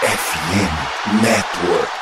FM Network.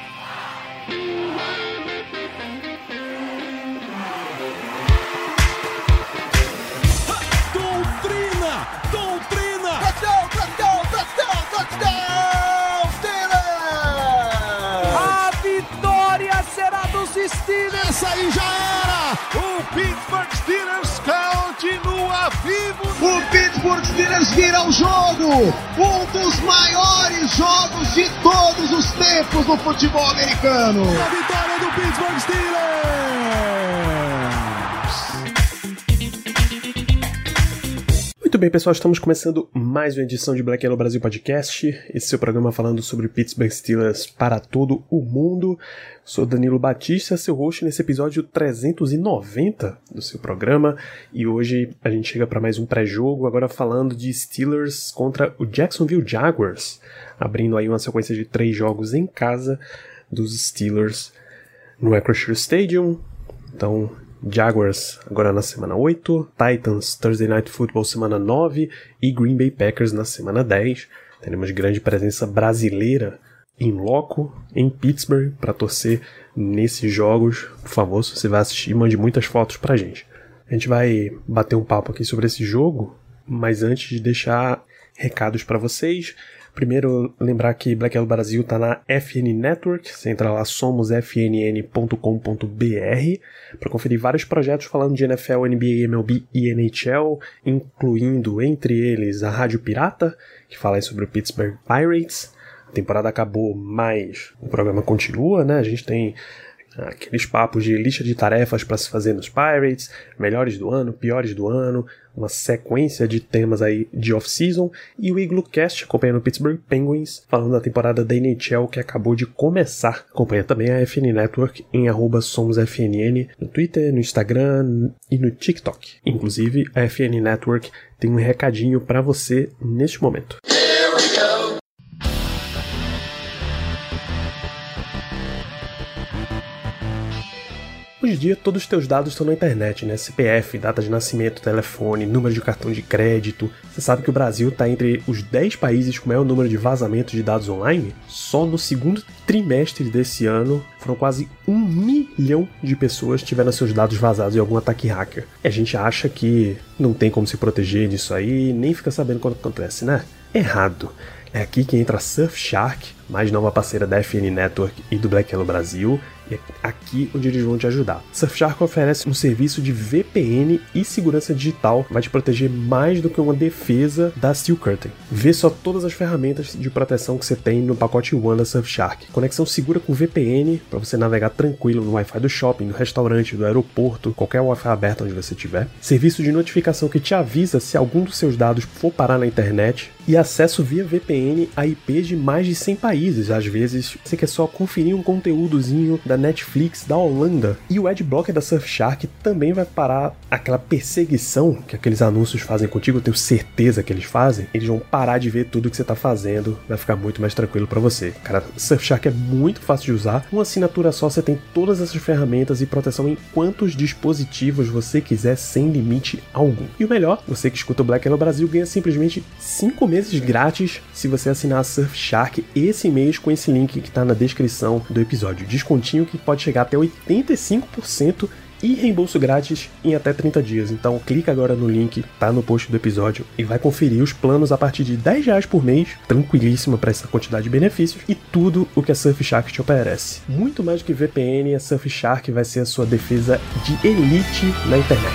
Steelers, essa aí já era! O Pittsburgh Steelers continua vivo! O Pittsburgh Steelers vira o jogo! Um dos maiores jogos de todos os tempos no futebol americano! A vitória do Pittsburgh Steelers! Muito bem, pessoal, estamos começando mais uma edição de Black Yellow Brasil Podcast, esse seu programa falando sobre Pittsburgh Steelers para todo o mundo. Sou Danilo Batista, seu host nesse episódio 390 do seu programa, e hoje a gente chega para mais um pré-jogo, agora falando de Steelers contra o Jacksonville Jaguars, abrindo aí uma sequência de 3 jogos em casa dos Steelers no Acrisure Stadium. Então, Jaguars agora na semana 8, Titans Thursday Night Football semana 9 e Green Bay Packers na semana 10. Teremos grande presença brasileira em loco, em Pittsburgh, para torcer nesses jogos. Por favor, se você vai assistir, mande muitas fotos pra gente. A gente vai bater um papo aqui sobre esse jogo, mas antes de deixar recados para vocês, primeiro lembrar que Black Yellow Brasil tá na FN Network, você entra lá somosfnn.com.br para conferir vários projetos falando de NFL, NBA, MLB e NHL, incluindo entre eles a Rádio Pirata, que fala aí sobre o Pittsburgh Pirates. A temporada acabou, mas o programa continua, né? A gente tem aqueles papos de lista de tarefas para se fazer nos Pirates, melhores do ano, piores do ano, uma sequência de temas aí de off-season, e o Iglocast acompanhando o Pittsburgh Penguins, falando da temporada da NHL que acabou de começar. Acompanha também a FN Network em @somosfnn no Twitter, no Instagram e no TikTok. Inclusive, a FN Network tem um recadinho para você neste momento. Hoje em dia, todos os teus dados estão na internet, né? CPF, data de nascimento, telefone, número de cartão de crédito. Você sabe que o Brasil está entre os 10 países com maior número de vazamentos de dados online? Só no segundo trimestre desse ano, foram quase 1 milhão de pessoas que tiveram seus dados vazados em algum ataque hacker. E a gente acha que não tem como se proteger disso aí, nem fica sabendo quando acontece, né? Errado. É aqui que entra a Surfshark, mais nova parceira da FN Network e do Black Yellow Brasil, e é aqui onde eles vão te ajudar. Surfshark oferece um serviço de VPN e segurança digital, vai te proteger mais do que uma defesa da Steel Curtain. Vê só todas as ferramentas de proteção que você tem no pacote One da Surfshark. Conexão segura com VPN, para você navegar tranquilo no Wi-Fi do shopping, do restaurante, do aeroporto, qualquer Wi-Fi aberto onde você estiver. Serviço de notificação que te avisa se algum dos seus dados for parar na internet. E acesso via VPN a IPs de mais de 100 países. Às vezes, você quer só conferir um conteúdozinho da Netflix da Holanda. E o Adblocker da Surfshark também vai parar aquela perseguição que aqueles anúncios fazem contigo. Eu tenho certeza que eles fazem. Eles vão parar de ver tudo que você está fazendo. Vai ficar muito mais tranquilo para você. Cara, Surfshark é muito fácil de usar. Uma assinatura só, você tem todas essas ferramentas e proteção em quantos dispositivos você quiser, sem limite algum. E o melhor, você que escuta o Black Yellow Brasil ganha simplesmente 5 meses grátis se você assinar a Surfshark esse mês com esse link que está na descrição do episódio. Descontinho que pode chegar até 85% e reembolso grátis em até 30 dias. Então clica agora no link, tá no post do episódio, e vai conferir os planos a partir de R$10 por mês, tranquilíssima para essa quantidade de benefícios, e tudo o que a Surfshark te oferece. Muito mais do que VPN, a Surfshark vai ser a sua defesa de elite na internet.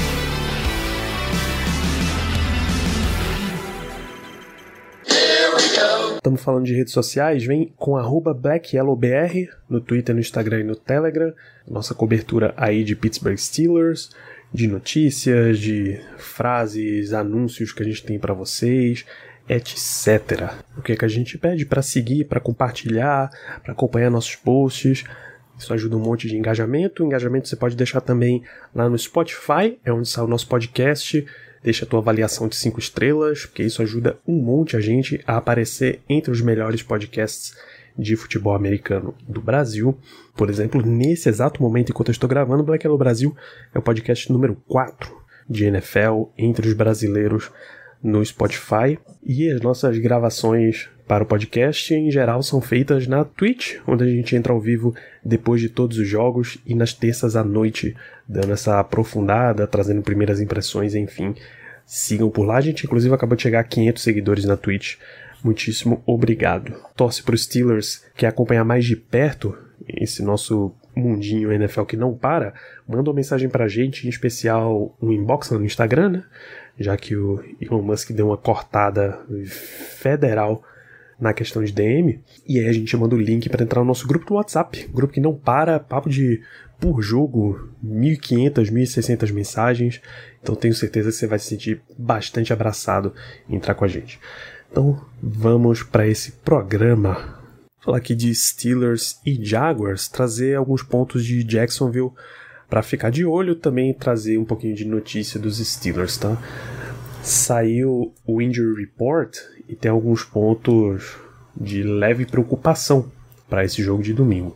Estamos falando de redes sociais, vem com @BlackYellowBR no Twitter, no Instagram e no Telegram. Nossa cobertura aí de Pittsburgh Steelers, de notícias, de frases, anúncios que a gente tem para vocês, etc. O que é que a gente pede? Para seguir, para compartilhar, para acompanhar nossos posts. Isso ajuda um monte de engajamento. O engajamento você pode deixar também lá no Spotify, é onde sai o nosso podcast. Deixa a tua avaliação de 5 estrelas, porque isso ajuda um monte a gente a aparecer entre os melhores podcasts de futebol americano do Brasil. Por exemplo, nesse exato momento, enquanto eu estou gravando, Black Yellow Brasil é o podcast número 4 de NFL entre os brasileiros no Spotify. E as nossas gravações para o podcast, em geral, são feitas na Twitch, onde a gente entra ao vivo depois de todos os jogos e nas terças à noite, dando essa aprofundada, trazendo primeiras impressões, enfim. Sigam por lá, a gente inclusive acabou de chegar a 500 seguidores na Twitch. Muitíssimo obrigado. Torce para os Steelers, quer acompanhar mais de perto esse nosso mundinho NFL que não para, manda uma mensagem pra gente, em especial um inbox no Instagram, né? Já que o Elon Musk deu uma cortada federal na questão de DM, e aí a gente manda o link para entrar no nosso grupo do WhatsApp, grupo que não para, papo de por jogo, 1.500, 1.600 mensagens, então tenho certeza que você vai se sentir bastante abraçado em entrar com a gente. Então vamos para esse programa. Vou falar aqui de Steelers e Jaguars, trazer alguns pontos de Jacksonville para ficar de olho, também trazer um pouquinho de notícia dos Steelers, tá? Saiu o Injury Report e tem alguns pontos de leve preocupação para esse jogo de domingo.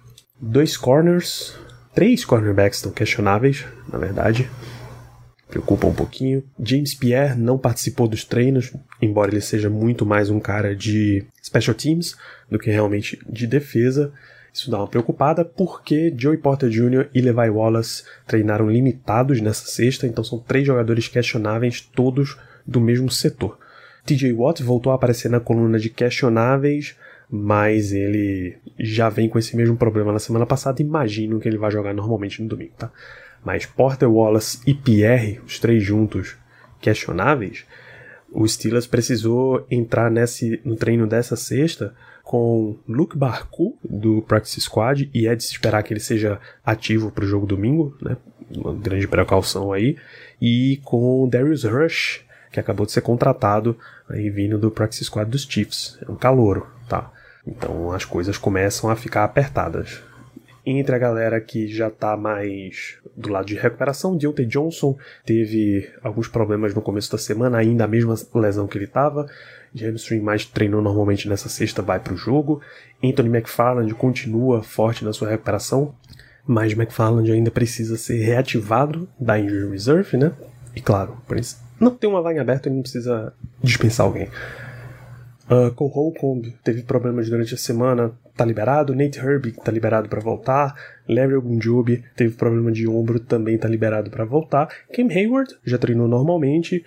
3 cornerbacks estão questionáveis, na verdade. Preocupa um pouquinho. James Pierre não participou dos treinos, embora ele seja muito mais um cara de special teams do que realmente de defesa. Isso dá uma preocupada porque Joey Porter Jr. e Levi Wallace treinaram limitados nessa sexta, então são 3 jogadores questionáveis, todos do mesmo setor. TJ Watt voltou a aparecer na coluna de questionáveis, mas ele já vem com esse mesmo problema na semana passada. Imagino que ele vai jogar normalmente no domingo, tá? Mas Porter, Wallace e Pierre, os 3 juntos questionáveis, o Steelers precisou entrar no treino dessa sexta com Luke Barku, do Practice Squad, e é de se esperar que ele seja ativo para o jogo domingo, né? Uma grande precaução aí, e com Darius Rush, que acabou de ser contratado, aí vindo do Practice Squad dos Chiefs. É um calouro, tá? Então as coisas começam a ficar apertadas. Entre a galera que já tá mais do lado de recuperação, Deontay Johnson teve alguns problemas no começo da semana, ainda a mesma lesão que ele tava. James String mais treinou normalmente nessa sexta, vai pro jogo. Anthony McFarland continua forte na sua recuperação, mas McFarland ainda precisa ser reativado da Injury Reserve, né? E claro, por isso não tem uma vaga aberta, ele não precisa dispensar alguém. Cole Holcomb teve problemas durante a semana, tá liberado. Nate Herbig tá liberado para voltar. Larry Ogunjobi teve problema de ombro, também tá liberado para voltar. Cam Hayward já treinou normalmente,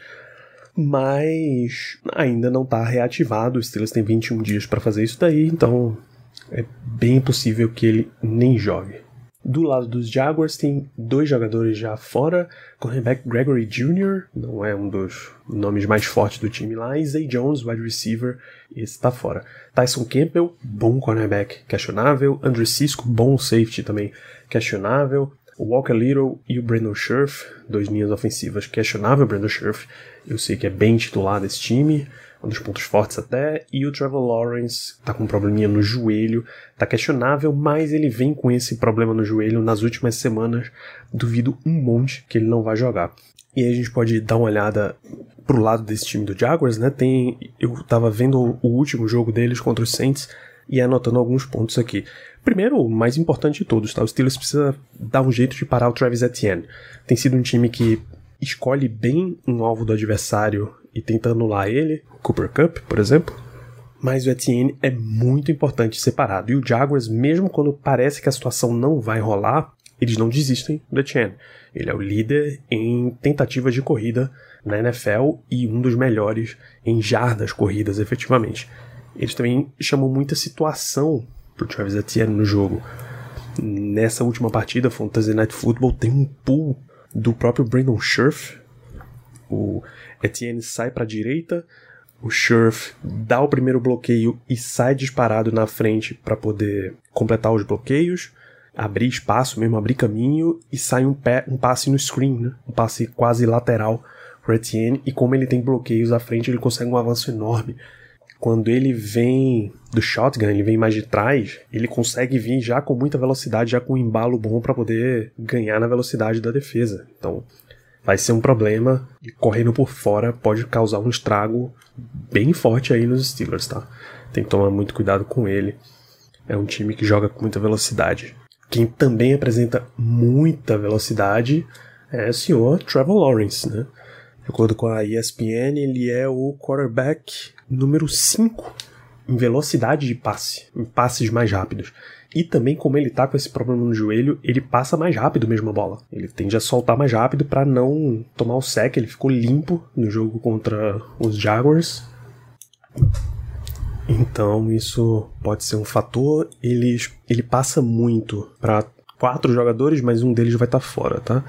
mas ainda não tá reativado. O Steelers tem 21 dias para fazer isso daí, então é bem possível que ele nem jogue. Do lado dos Jaguars tem 2 jogadores já fora. Cornerback Gregory Jr., não é um dos nomes mais fortes do time lá, e Zay Jones, wide receiver, esse tá fora. Tyson Campbell, bom cornerback, questionável. Andrew Cisco, bom safety também, questionável. O Walker Little e o Brandon Scherff, 2 linhas ofensivas, questionável. Brandon Scherff, eu sei que é bem titular desse time, um dos pontos fortes até, e o Trevor Lawrence tá com um probleminha no joelho, tá questionável, mas ele vem com esse problema no joelho nas últimas semanas, duvido um monte que ele não vai jogar. E aí a gente pode dar uma olhada pro lado desse time do Jaguars, né? Eu tava vendo o último jogo deles contra os Saints e anotando alguns pontos aqui. Primeiro, o mais importante de todos, tá? O Steelers precisa dar um jeito de parar o Travis Etienne. Tem sido um time que escolhe bem um alvo do adversário e tenta anular ele, Cooper Kupp, por exemplo, mas o Etienne é muito importante separado. E o Jaguars, mesmo quando parece que a situação não vai rolar, eles não desistem do Etienne. Ele é o líder em tentativas de corrida na NFL e um dos melhores em jardas corridas, efetivamente. Eles também chamam muita situação pro Travis Etienne no jogo. Nessa última partida, Fantasy Night Football, tem um pull do próprio Brandon Scherff. O Etienne sai para a direita, o Scherff dá o primeiro bloqueio e sai disparado na frente para poder completar os bloqueios, abrir espaço mesmo, abrir caminho, e sai um passe no screen, né? Um passe quase lateral para o Etienne, e como ele tem bloqueios à frente, ele consegue um avanço enorme. Quando ele vem do shotgun, ele vem mais de trás, ele consegue vir já com muita velocidade, já com um embalo bom para poder ganhar na velocidade da defesa. Então vai ser um problema, e correndo por fora pode causar um estrago bem forte aí nos Steelers, tá? Tem que tomar muito cuidado com ele. É um time que joga com muita velocidade. Quem também apresenta muita velocidade é o senhor Trevor Lawrence, né? De acordo com a ESPN, ele é o quarterback número 5 em velocidade de passe, em passes mais rápidos. E também, como ele tá com esse problema no joelho, ele passa mais rápido mesmo a bola. Ele tende a soltar mais rápido para não tomar o sec. Ele ficou limpo no jogo contra os Jaguars. Então isso pode ser um fator. Ele passa muito para 4 jogadores, mas um deles vai estar fora, tá?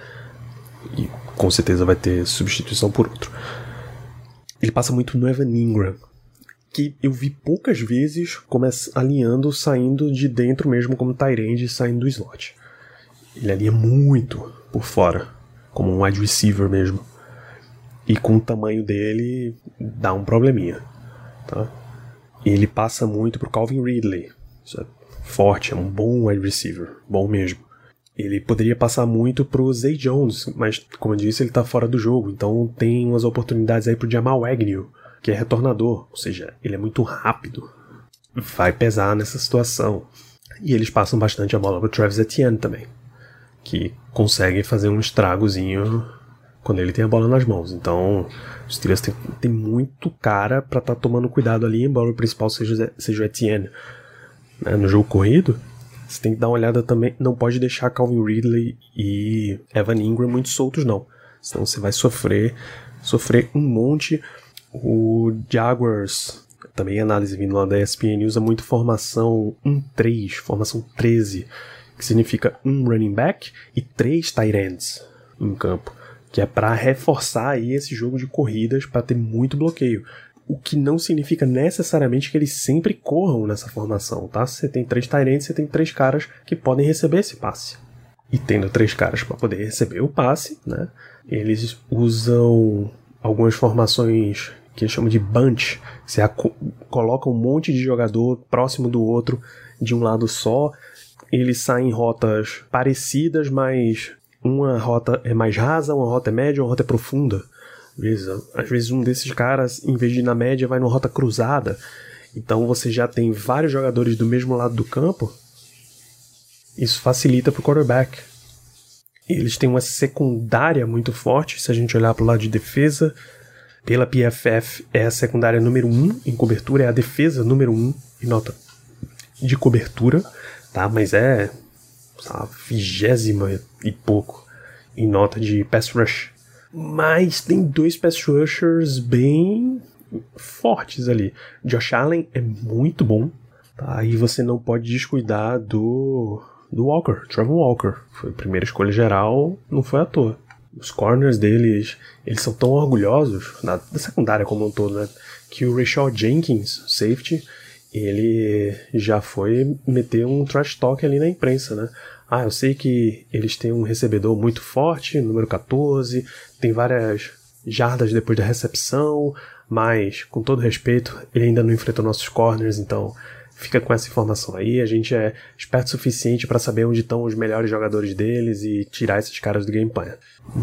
E com certeza vai ter substituição por outro. Ele passa muito no Evan Ingram, que eu vi poucas vezes alinhando, saindo de dentro mesmo como tight end, saindo do slot. Ele alinha muito por fora, como um wide receiver mesmo. E com o tamanho dele, dá um probleminha, tá? E ele passa muito pro Calvin Ridley. Isso é forte, é um bom wide receiver, bom mesmo. Ele poderia passar muito pro Zay Jones, mas como eu disse, ele tá fora do jogo, então tem umas oportunidades aí pro Jamal Agnew, que é retornador, ou seja, ele é muito rápido, vai pesar nessa situação. E eles passam bastante a bola pro Travis Etienne também, que consegue fazer um estragozinho quando ele tem a bola nas mãos. Então, os Steelers tem muito cara pra estar tomando cuidado ali, embora o principal seja o Etienne. Né? No jogo corrido, você tem que dar uma olhada também, não pode deixar Calvin Ridley e Evan Ingram muito soltos não, senão você vai sofrer um monte. O Jaguars, também análise vindo lá da ESPN, usa muito formação 1-3, formação 13, que significa um running back e 3 tight ends em campo, que é para reforçar aí esse jogo de corridas, para ter muito bloqueio. O que não significa necessariamente que eles sempre corram nessa formação, tá? Se você tem 3 tight ends, você tem 3 caras que podem receber esse passe. E tendo 3 caras para poder receber o passe, né? Eles usam algumas formações que eles chamam de bunch. Você coloca um monte de jogador próximo do outro de um lado só. Eles saem em rotas parecidas, mas uma rota é mais rasa, uma rota é média, uma rota é profunda. Às vezes um desses caras, em vez de ir na média, vai numa rota cruzada. Então você já tem vários jogadores do mesmo lado do campo. Isso facilita para o quarterback. Eles têm uma secundária muito forte. Se a gente olhar para o lado de defesa, pela PFF é a secundária número 1 em cobertura, é a defesa número 1 em nota de cobertura, tá? Mas é a 20ª e pouco em nota de pass rush. Mas tem 2 pass rushers bem fortes ali. Josh Allen é muito bom, tá? E você não pode descuidar do Walker, Trevor Walker. Foi a primeira escolha geral, não foi à toa. Os corners deles, eles são tão orgulhosos, da secundária como um todo, né? Que o Rashad Jenkins, safety, ele já foi meter um trash talk ali na imprensa, né? Eu sei que eles têm um recebedor muito forte, número 14, tem várias jardas depois da recepção, mas, com todo respeito, ele ainda não enfrentou nossos corners, então fica com essa informação aí. A gente é esperto o suficiente para saber onde estão os melhores jogadores deles e tirar esses caras do game plan.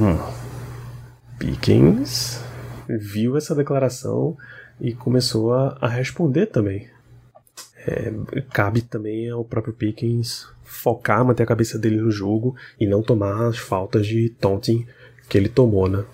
Pickens viu essa declaração e começou a responder também. Cabe também ao próprio Pickens focar, manter a cabeça dele no jogo e não tomar as faltas de taunting que ele tomou, né?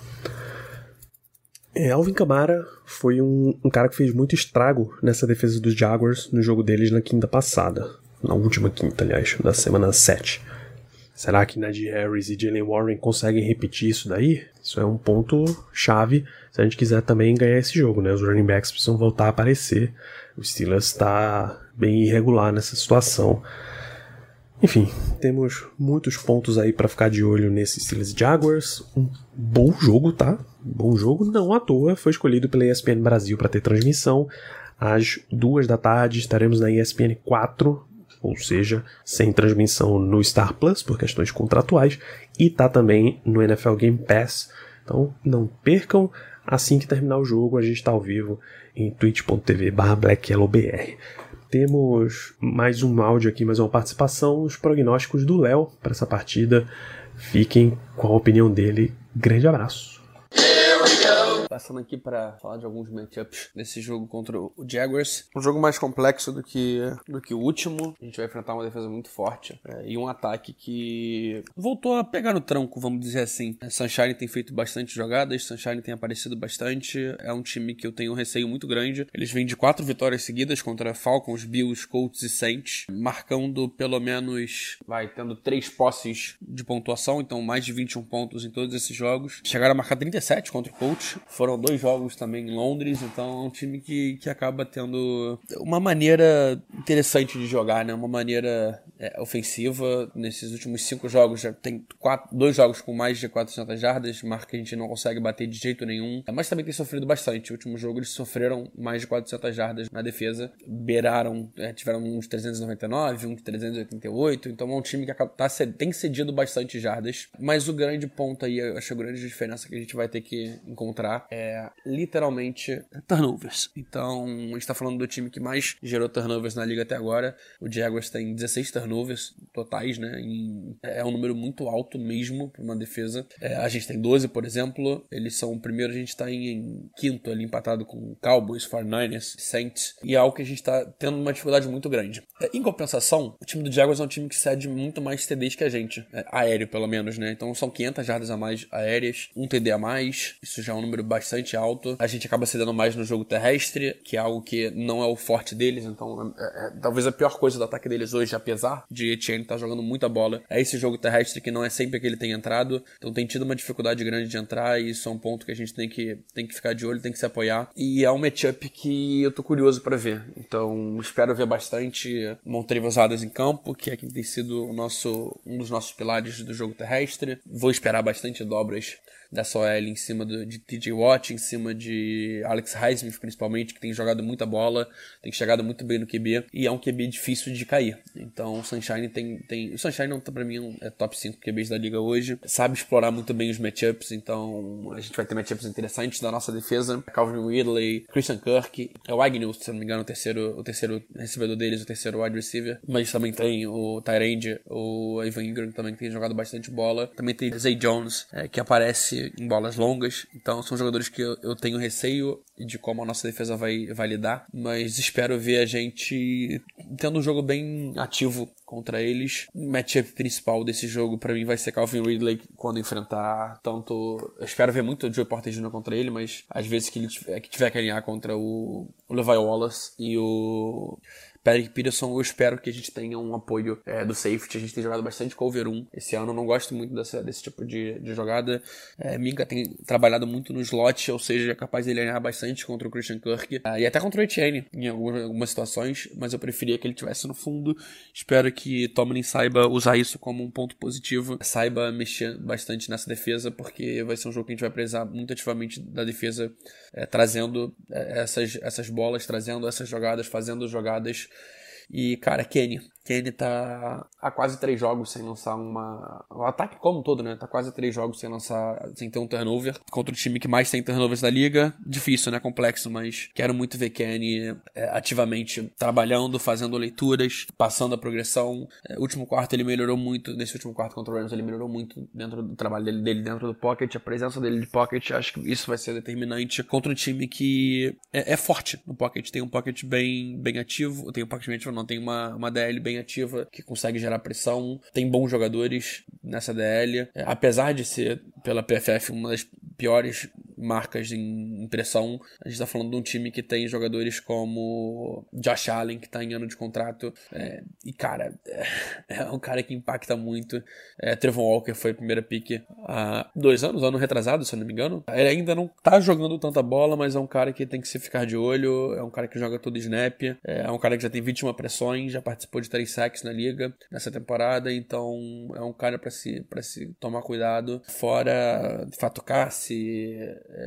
Alvin Kamara foi um cara que fez muito estrago nessa defesa dos Jaguars no jogo deles na quinta passada. Na última quinta, aliás, da semana 7. Será que Najee Harris e Jalen Warren conseguem repetir isso daí? Isso é um ponto chave se a gente quiser também ganhar esse jogo, né? Os running backs precisam voltar a aparecer. O Steelers está bem irregular nessa situação. Enfim, temos muitos pontos aí para ficar de olho nesse Steelers e Jaguars. Um bom jogo, tá? Bom jogo, não à toa. Foi escolhido pela ESPN Brasil para ter transmissão. Às 2 da tarde estaremos na ESPN 4, ou seja, sem transmissão no Star Plus por questões contratuais. E tá também no NFL Game Pass. Então não percam. Assim que terminar o jogo, a gente está ao vivo em twitch.tv/BlackYellowBR. Temos mais um áudio aqui, mais uma participação, os prognósticos do Léo para essa partida. Fiquem com a opinião dele. Grande abraço. passando aqui para falar de alguns matchups desse jogo contra o Jaguars. Um jogo mais complexo do que o último. A gente vai enfrentar uma defesa muito forte e um ataque que voltou a pegar no tranco, vamos dizer assim. Sunshine tem feito bastante jogadas, Sunshine tem aparecido bastante. É um time que eu tenho um receio muito grande. Eles vêm de 4 vitórias seguidas contra Falcons, Bills, Colts e Saints, marcando pelo menos, tendo 3 posses de pontuação, então mais de 21 pontos em todos esses jogos. Chegaram a marcar 37 contra o Colts. Foram 2 jogos também em Londres, então é um time que acaba tendo uma maneira interessante de jogar, né? Uma maneira ofensiva. Nesses últimos 5 jogos já tem 2 jogos com mais de 400 jardas, marca que a gente não consegue bater de jeito nenhum, mas também tem sofrido bastante. No último jogo eles sofreram mais de 400 jardas na defesa, beiraram, tiveram uns 399, uns 388, então é um time que tem cedido bastante jardas, mas o grande ponto aí, eu acho a grande diferença que a gente vai ter que encontrar é literalmente turnovers. Então a gente tá falando do time que mais gerou turnovers na liga até agora. O Jaguars tem 16 turnovers totais, né? É um número muito alto mesmo para uma defesa. A gente tem 12, por exemplo. Eles são o primeiro, a gente tá em quinto ali, empatado com Cowboys, 49ers, Saints. E é algo que a gente tá tendo uma dificuldade muito grande. Em compensação, o time do Jaguars é um time que cede muito mais TDs que a gente. Aéreo, pelo menos, né? Então são 500 jardas a mais aéreas, um TD a mais. Isso já é um número bastante alto. A gente acaba cedendo mais no jogo terrestre, que é algo que não é o forte deles. Então talvez a pior coisa do ataque deles hoje, apesar de Etienne estar jogando muita bola, é esse jogo terrestre que não é sempre que ele tem entrado. Então tem tido uma dificuldade grande de entrar, e isso é um ponto que a gente tem que ficar de olho, tem que se apoiar. E é um matchup que eu tô curioso para ver. Então espero ver bastante Montravius Adams em campo, que é quem tem sido um dos nossos pilares do jogo terrestre. Vou esperar bastante dobras dessa OL em cima de TJ Watt, em cima de Alex Highsmith, principalmente, que tem jogado muita bola, tem chegado muito bem no QB, e é um QB difícil de cair. Então o Sunshine o Sunshine não, pra mim, é top 5 QBs da liga hoje, sabe explorar muito bem os matchups, então a gente vai ter matchups interessantes da nossa defesa. Calvin Ridley, Christian Kirk, o Agnew, se não me engano, o terceiro recebedor deles, o terceiro wide receiver, mas também tem o Tyrande, o Evan Ingram, também tem jogado bastante bola, também tem Zay Jones, que aparece em bolas longas. Então são jogadores que eu tenho receio de como a nossa defesa vai lidar, mas espero ver a gente tendo um jogo bem ativo contra eles. O matchup principal desse jogo pra mim vai ser Calvin Ridley quando enfrentar tanto... Eu espero ver muito o Joey Porter Jr. contra ele, mas às vezes que ele tiver que alinhar contra o Levi Wallace e o Patrick Peterson, eu espero que a gente tenha um apoio do safety. A gente tem jogado bastante cover 1 esse ano, eu não gosto muito desse tipo de jogada. Minka tem trabalhado muito no slot, ou seja, é capaz de ele alinhar bastante contra o Christian Kirk e até contra o Etienne em algumas situações, mas eu preferia que ele estivesse no fundo. Espero que Tomlin saiba usar isso como um ponto positivo, saiba mexer bastante nessa defesa, porque vai ser um jogo que a gente vai precisar muito ativamente da defesa, trazendo essas bolas, trazendo essas jogadas, fazendo jogadas. E, cara, Kenny tá há quase 3 jogos sem lançar o ataque como um todo, né? Tá quase 3 jogos sem ter um turnover. Contra o time que mais tem turnovers da liga. Difícil, né? Complexo, mas quero muito ver Kenny ativamente trabalhando, fazendo leituras, passando a progressão. Último quarto ele melhorou muito. Nesse último quarto contra o Rams ele melhorou muito dentro do trabalho dele dentro do pocket. A presença dele de pocket, acho que isso vai ser determinante contra um time que é forte no pocket. Tem um pocket bem ativo. Tem um pocket bem ativo, não. Tem uma DL bem ativa, que consegue gerar pressão, tem bons jogadores nessa DL, apesar de ser, pela PFF, uma das piores marcas em pressão. A gente tá falando de um time que tem jogadores como Josh Allen, que tá em ano de contrato, e cara, é um cara que impacta muito. Trevon Walker foi a primeira pick há 2 anos, ano retrasado, se eu não me engano. Ele ainda não tá jogando tanta bola, mas é um cara que tem que se ficar de olho, é um cara que joga todo snap, é um cara que já tem 21 pressões, já participou de 3 sacks na liga nessa temporada, então é um cara pra se tomar cuidado. Fora Fato Cassi,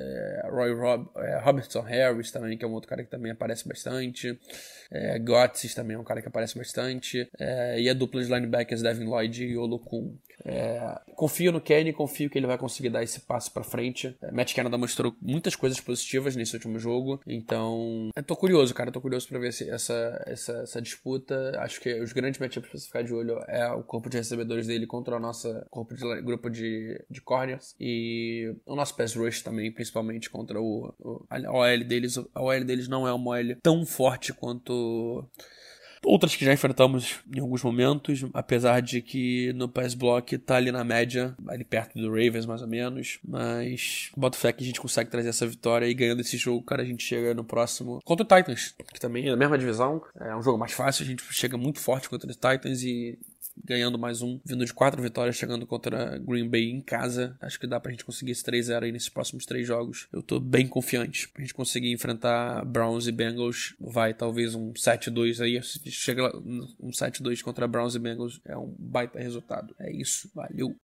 Robertson Harris também, que é um outro cara que também aparece bastante. Gotsis também é um cara que aparece bastante. E a dupla de linebackers Devin Lloyd e Olokun. Confio no Kenny, confio que ele vai conseguir dar esse passo pra frente. Matt Canada mostrou muitas coisas positivas nesse último jogo, então eu tô curioso, cara, tô curioso pra ver essa disputa. Acho que os grandes matchups pra se ficar de olho é o corpo de recebedores dele contra o nosso grupo de corners e o nosso pass rush também. também, principalmente contra a OL deles. A OL deles não é uma OL tão forte quanto outras que já enfrentamos em alguns momentos, apesar de que no pass block tá ali na média, ali perto do Ravens mais ou menos, mas boto fé que a gente consegue trazer essa vitória e ganhando esse jogo, cara, a gente chega no próximo contra o Titans, que também é na mesma divisão, é um jogo mais fácil, a gente chega muito forte contra os Titans e ganhando mais um, vindo de 4 vitórias, chegando contra Green Bay em casa. Acho que dá pra gente conseguir esse 3-0 aí nesses próximos 3 jogos. Eu tô bem confiante pra gente conseguir enfrentar Browns e Bengals. Vai talvez um 7-2 aí. Se chega um 7-2 contra Browns e Bengals, é um baita resultado. É isso, valeu!